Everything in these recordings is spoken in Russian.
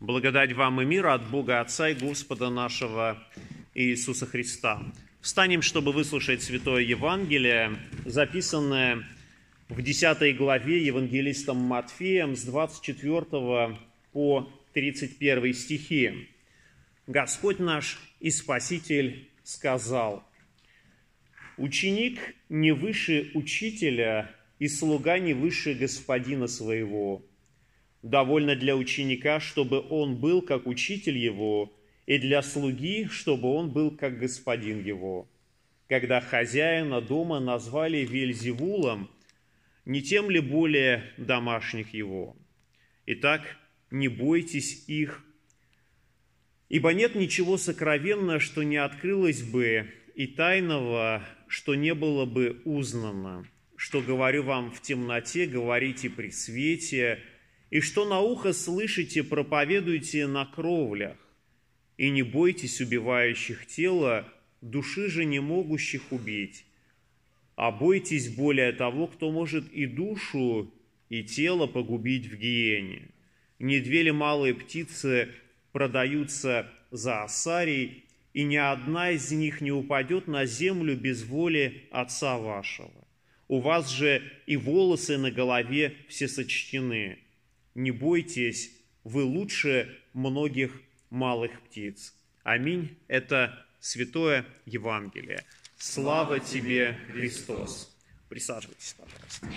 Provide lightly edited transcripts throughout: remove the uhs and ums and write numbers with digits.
Благодать вам и мир от Бога Отца и Господа нашего Иисуса Христа. Встанем, чтобы выслушать Святое Евангелие, записанное в 10 главе евангелистом Матфеем с 24 по 31 стихи. Господь наш и Спаситель сказал: «Ученик не выше учителя, и слуга не выше господина своего. Довольно для ученика, чтобы он был как учитель его, и для слуги, чтобы он был как господин его. Когда хозяина дома назвали Вельзевулом, не тем ли более домашних его? Итак, не бойтесь их, ибо нет ничего сокровенного, что не открылось бы, и тайного, что не было бы узнано. Что говорю вам в темноте, говорите при свете, и что на ухо слышите, проповедуйте на кровлях. И не бойтесь убивающих тело, души же не могущих убить, а бойтесь более того, кто может и душу, и тело погубить в гиене. Не две ли малые птицы продаются за осарий, и ни одна из них не упадет на землю без воли Отца вашего? У вас же и волосы на голове все сочтены. Не бойтесь, вы лучше многих малых птиц». Аминь. Это Святое Евангелие. Слава тебе, Христос. Присаживайтесь, пожалуйста.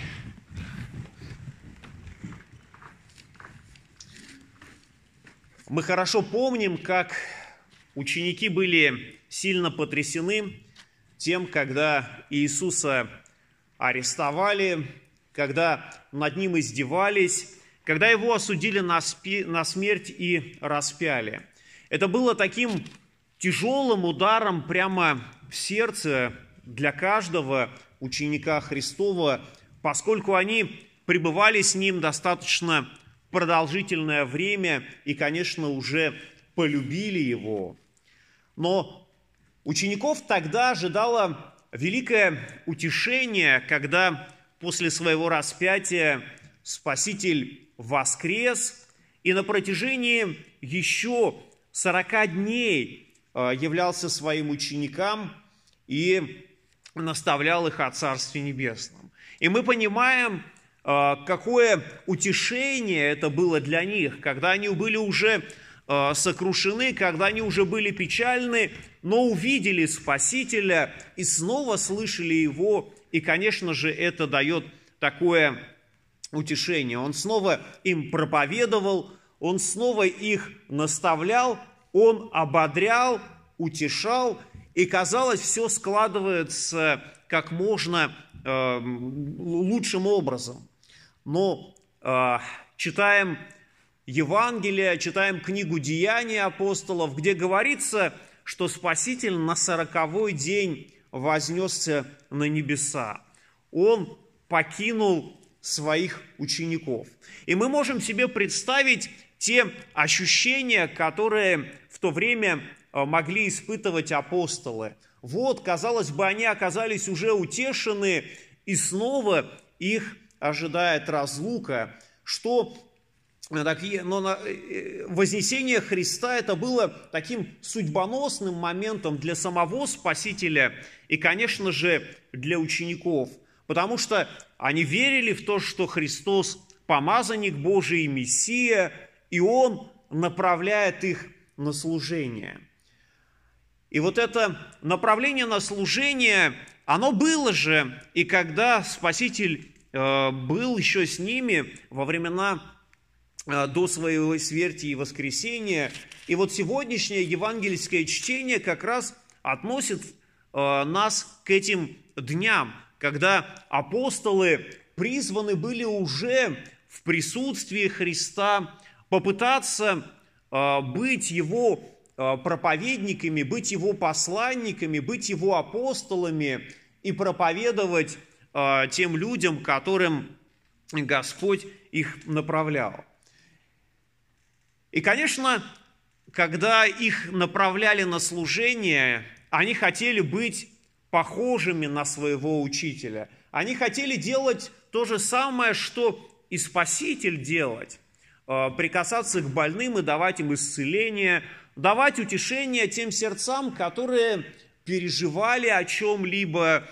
Мы хорошо помним, как ученики были сильно потрясены тем, когда Иисуса арестовали, когда над ним издевались, когда его осудили на смерть и распяли. Это было таким тяжелым ударом прямо в сердце для каждого ученика Христова, поскольку они пребывали с ним достаточно продолжительное время и, конечно, уже полюбили его. Но учеников тогда ожидало великое утешение, когда после своего распятия Спаситель воскрес и на протяжении еще 40 дней являлся своим ученикам и наставлял их о Царстве Небесном. И мы понимаем, какое утешение это было для них, когда они были уже сокрушены, когда они уже были печальны, но увидели Спасителя и снова слышали Его, и, конечно же, это дает такое утешение. Он снова им проповедовал, Он снова их наставлял, Он ободрял, утешал, и, казалось, все складывается как можно лучшим образом. Но читаем Евангелие, читаем книгу «Деяния апостолов», где говорится, что Спаситель на 40-й день вознесся на небеса. Он покинул своих учеников. И мы можем себе представить те ощущения, которые в то время могли испытывать апостолы. Вот, казалось бы, они оказались уже утешены, и снова их ожидает разлука, что вознесение Христа это было таким судьбоносным моментом для самого Спасителя и, конечно же, для учеников, потому что они верили в то, что Христос помазанник Божий, Мессия, и Он направляет их на служение. И вот это направление на служение, оно было же, и когда Спаситель был еще с ними во времена до своей смерти и воскресения. И вот сегодняшнее евангельское чтение как раз относит нас к этим дням, когда апостолы призваны были уже в присутствии Христа попытаться быть Его проповедниками, быть Его посланниками, быть Его апостолами и проповедовать тем людям, которым Господь их направлял. И, конечно, когда их направляли на служение, они хотели быть похожими на своего учителя. Они хотели делать то же самое, что и Спаситель делать. прикасаться к больным и давать им исцеление, давать утешение тем сердцам, которые переживали о чем-либо,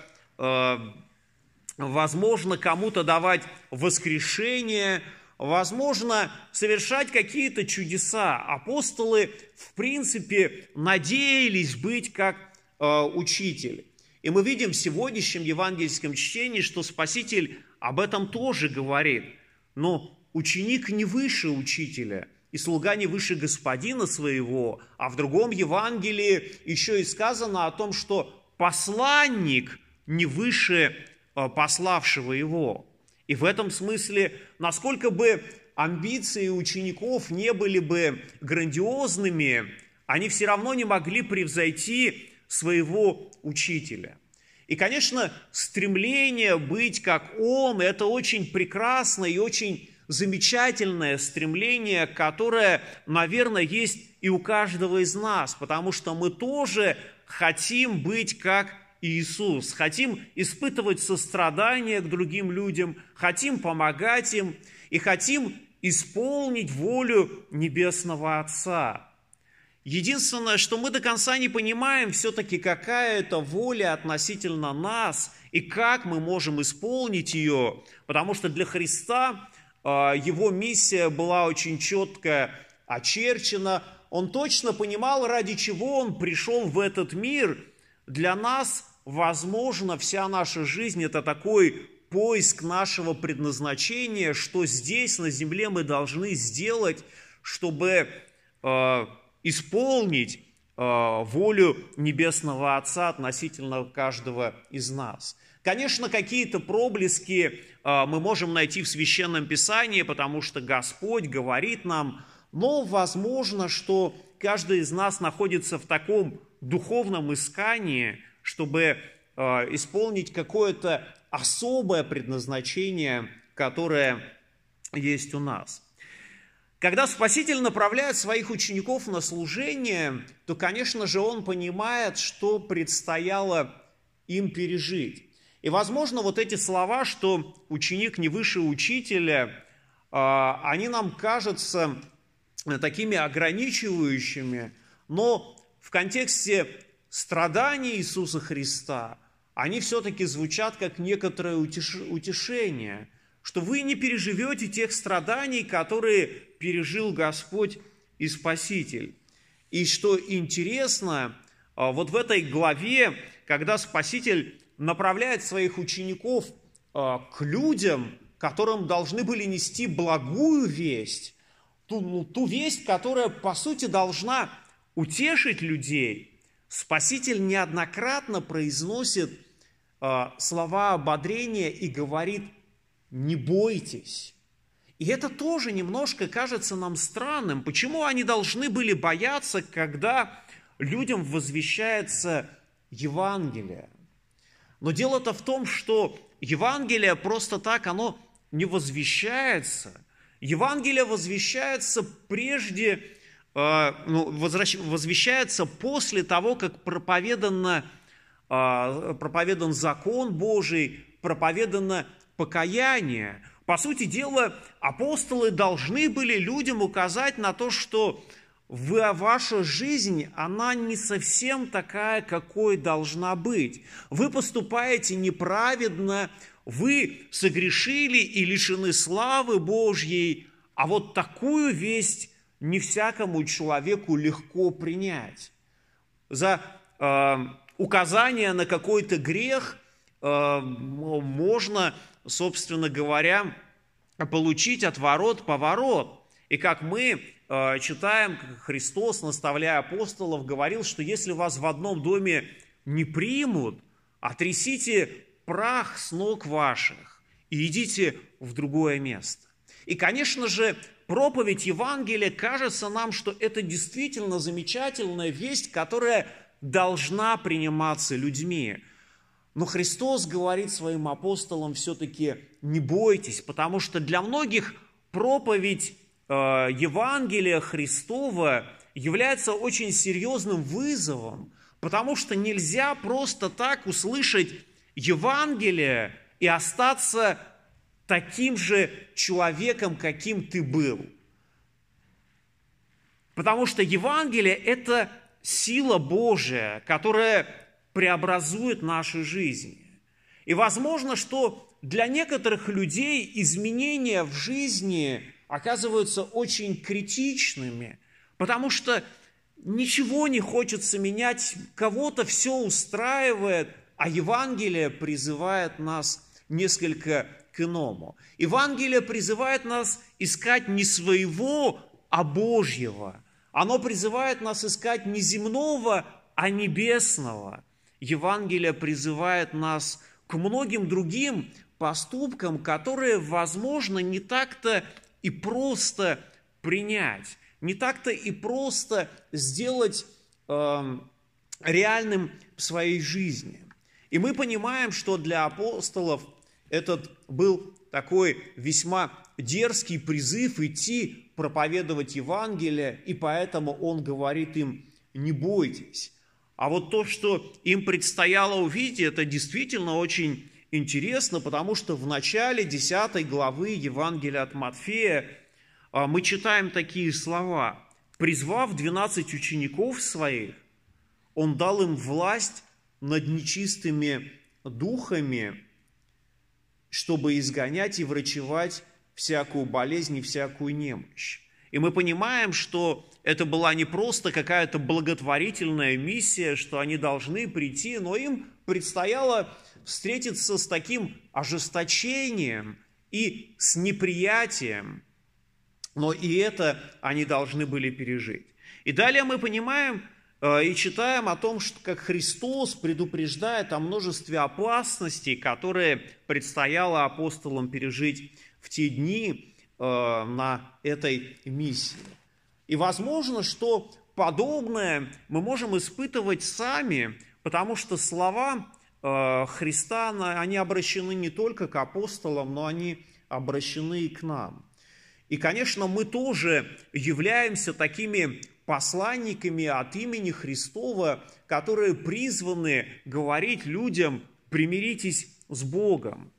возможно, кому-то давать воскрешение, возможно, совершать какие-то чудеса. Апостолы, в принципе, надеялись быть как учитель. И мы видим в сегодняшнем евангельском чтении, что Спаситель об этом тоже говорит. Но ученик не выше учителя, и слуга не выше господина своего. А в другом Евангелии еще и сказано о том, что посланник не выше пославшего его. И в этом смысле, насколько бы амбиции учеников не были бы грандиозными, они все равно не могли превзойти своего учителя. И, конечно, стремление быть как он – это очень прекрасное и очень замечательное стремление, которое, наверное, есть и у каждого из нас, потому что мы тоже хотим быть как Иисус, хотим испытывать сострадание к другим людям, хотим помогать им и хотим исполнить волю Небесного Отца. Единственное, что мы до конца не понимаем все-таки, какая это воля относительно нас и как мы можем исполнить ее, потому что для Христа его миссия была очень четко очерчена. Он точно понимал, ради чего он пришел в этот мир. Для нас, возможно, вся наша жизнь – это такой поиск нашего предназначения, что здесь, на земле, мы должны сделать, чтобы исполнить волю Небесного Отца относительно каждого из нас. Конечно, какие-то проблески мы можем найти в Священном Писании, потому что Господь говорит нам, но возможно, что каждый из нас находится в таком духовном искании, чтобы исполнить какое-то особое предназначение, которое есть у нас. Когда Спаситель направляет своих учеников на служение, то, конечно же, он понимает, что предстояло им пережить. И, возможно, вот эти слова, что ученик не выше учителя, они нам кажутся такими ограничивающими, но в контексте страданий Иисуса Христа они все-таки звучат как некоторое утешение, что вы не переживете тех страданий, которые пережил Господь и Спаситель. И что интересно, вот в этой главе, когда Спаситель направляет своих учеников к людям, которым должны были нести благую весть, ту весть, которая, по сути, должна утешить людей, Спаситель неоднократно произносит слова ободрения и говорит: «Не бойтесь». И это тоже немножко кажется нам странным. Почему они должны были бояться, когда людям возвещается Евангелие? Но дело-то в том, что Евангелие просто так, оно не возвещается. Евангелие возвещается прежде, возвещается после того, как проповедан закон Божий, проповедано покаяние. По сути дела, апостолы должны были людям указать на то, что ваша жизнь, она не совсем такая, какой должна быть. Вы поступаете неправедно, вы согрешили и лишены славы Божьей, а вот такую весть не всякому человеку легко принять. За указание на какой-то грех можно, собственно говоря, получить отворот-поворот. И как мы читаем, Христос, наставляя апостолов, говорил, что если вас в одном доме не примут, отрясите прах с ног ваших и идите в другое место. И, конечно же, проповедь Евангелия кажется нам, что это действительно замечательная весть, которая должна приниматься людьми. Но Христос говорит своим апостолам все-таки: не бойтесь, потому что для многих проповедь Евангелия Христова является очень серьезным вызовом, потому что нельзя просто так услышать Евангелие и остаться таким же человеком, каким ты был. Потому что Евангелие – это сила Божия, которая преобразует наши жизни. И возможно, что для некоторых людей изменения в жизни оказываются очень критичными, потому что ничего не хочется менять, кого-то все устраивает, а Евангелие призывает нас несколько к иному. Евангелие призывает нас искать не своего, а Божьего. Оно призывает нас искать не земного, а небесного. Евангелие призывает нас к многим другим поступкам, которые, возможно, не так-то и просто принять, не так-то и просто сделать реальным в своей жизни. И мы понимаем, что для апостолов этот был такой весьма дерзкий призыв идти проповедовать Евангелие, и поэтому он говорит им: не бойтесь. А вот то, что им предстояло увидеть, это действительно очень интересно, потому что в начале 10 главы Евангелия от Матфея мы читаем такие слова: «Призвав 12 учеников своих, он дал им власть над нечистыми духами, чтобы изгонять и врачевать всякую болезнь и всякую немощь». И мы понимаем, что это была не просто какая-то благотворительная миссия, что они должны прийти, но им предстояло встретиться с таким ожесточением и с неприятием. Но и это они должны были пережить. И далее мы понимаем и читаем о том, что как Христос предупреждает о множестве опасностей, которые предстояло апостолам пережить в те дни на этой миссии. И возможно, что подобное мы можем испытывать сами, потому что слова Христа, они обращены не только к апостолам, но они обращены и к нам. И, конечно, мы тоже являемся такими посланниками от имени Христова, которые призваны говорить людям: примиритесь с Богом.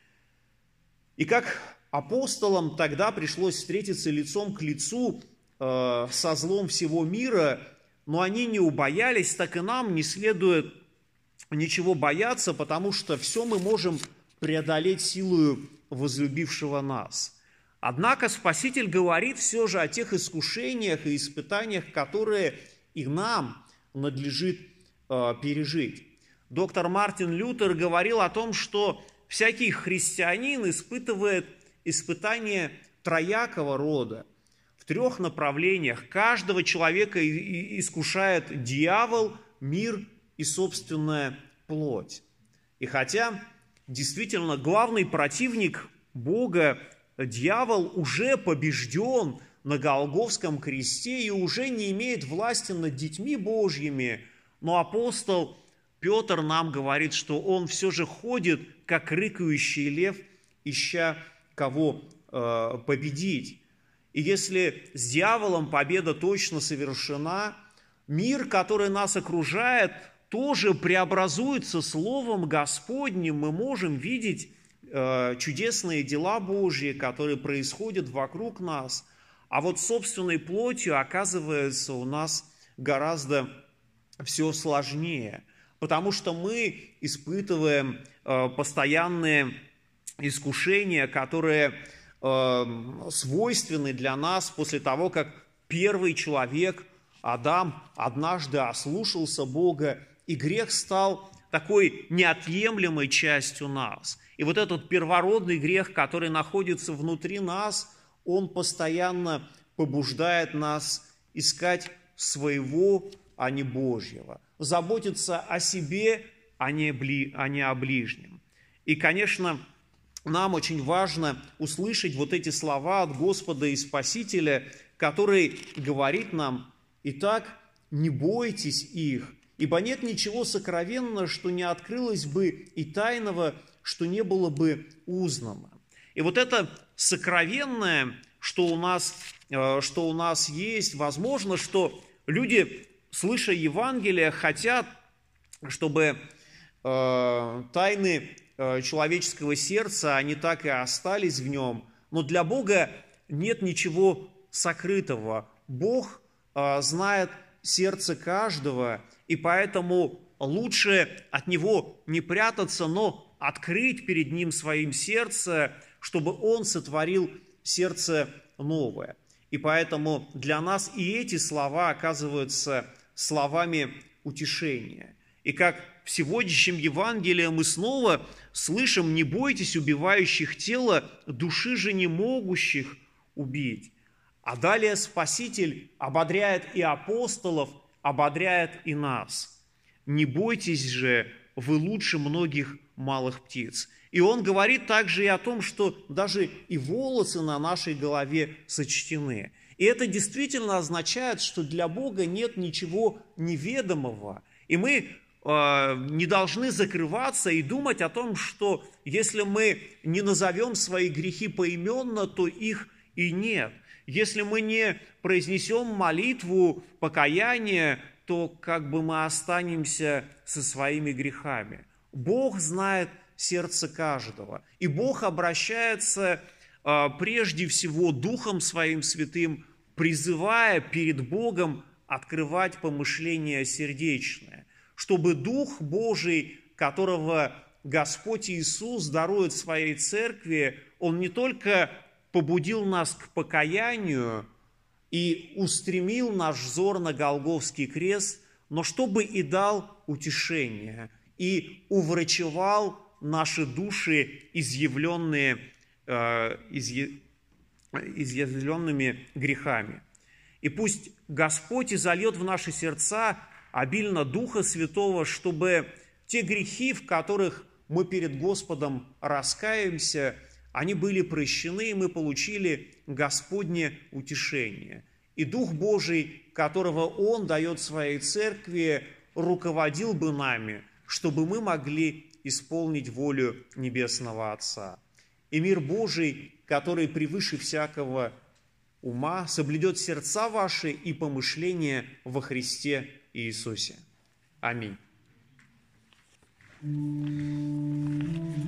И как апостолам тогда пришлось встретиться лицом к лицу со злом всего мира, но они не убоялись, так и нам не следует ничего бояться, потому что все мы можем преодолеть силою возлюбившего нас. Однако Спаситель говорит все же о тех искушениях и испытаниях, которые и нам надлежит пережить. Доктор Мартин Лютер говорил о том, что всякий христианин испытывает испытания троякого рода, в 3 направлениях. Каждого человека искушает дьявол, мир и собственная плоть. И хотя действительно главный противник Бога, дьявол, уже побежден на Голгофском кресте и уже не имеет власти над детьми Божьими, но апостол Петр нам говорит, что он все же ходит, как рыкающий лев, ища кого победить. И если с дьяволом победа точно совершена, мир, который нас окружает, тоже преобразуется Словом Господним. Мы можем видеть чудесные дела Божьи, которые происходят вокруг нас. А вот собственной плотью оказывается у нас гораздо все сложнее, потому что мы испытываем постоянные искушения, которые свойственны для нас после того, как первый человек, Адам, однажды ослушался Бога, и грех стал такой неотъемлемой частью нас. И вот этот первородный грех, который находится внутри нас, он постоянно побуждает нас искать своего, а не Божьего, заботиться о себе, а не о ближнем. И, конечно, нам очень важно услышать вот эти слова от Господа и Спасителя, который говорит нам: «Итак, не бойтесь их, ибо нет ничего сокровенного, что не открылось бы, и тайного, что не было бы узнано». И вот это сокровенное, что у нас есть, возможно, что люди, слыша Евангелие, хотят, чтобы тайны человеческого сердца, они так и остались в нем. Но для Бога нет ничего сокрытого. Бог знает сердце каждого, и поэтому лучше от Него не прятаться, но открыть перед Ним своим сердце, чтобы Он сотворил сердце новое. И поэтому для нас и эти слова оказываются словами утешения. И как в сегодняшнем Евангелии мы снова слышим: «Не бойтесь убивающих тело, души же не могущих убить». А далее Спаситель ободряет и апостолов, ободряет и нас. «Не бойтесь же, вы лучше многих малых птиц». И он говорит также и о том, что даже и волосы на нашей голове сочтены. И это действительно означает, что для Бога нет ничего неведомого. И мы не должны закрываться и думать о том, что если мы не назовем свои грехи поименно, то их и нет. Если мы не произнесем молитву покаяния, то как бы мы останемся со своими грехами. Бог знает сердце каждого. И Бог обращается прежде всего Духом Своим Святым, призывая перед Богом открывать помышления сердечные, чтобы Дух Божий, которого Господь Иисус дарует Своей Церкви, Он не только побудил нас к покаянию и устремил наш взор на Голгофский крест, но чтобы и дал утешение, и уврачевал наши души, изъявленными грехами. И пусть Господь изольет в наши сердца обильно Духа Святого, чтобы те грехи, в которых мы перед Господом раскаемся, они были прощены, и мы получили Господне утешение. И Дух Божий, которого Он дает Своей Церкви, руководил бы нами, чтобы мы могли исполнить волю Небесного Отца. И мир Божий, который превыше всякого ума, соблюдет сердца ваши и помышления во Христе Иисусе. Аминь.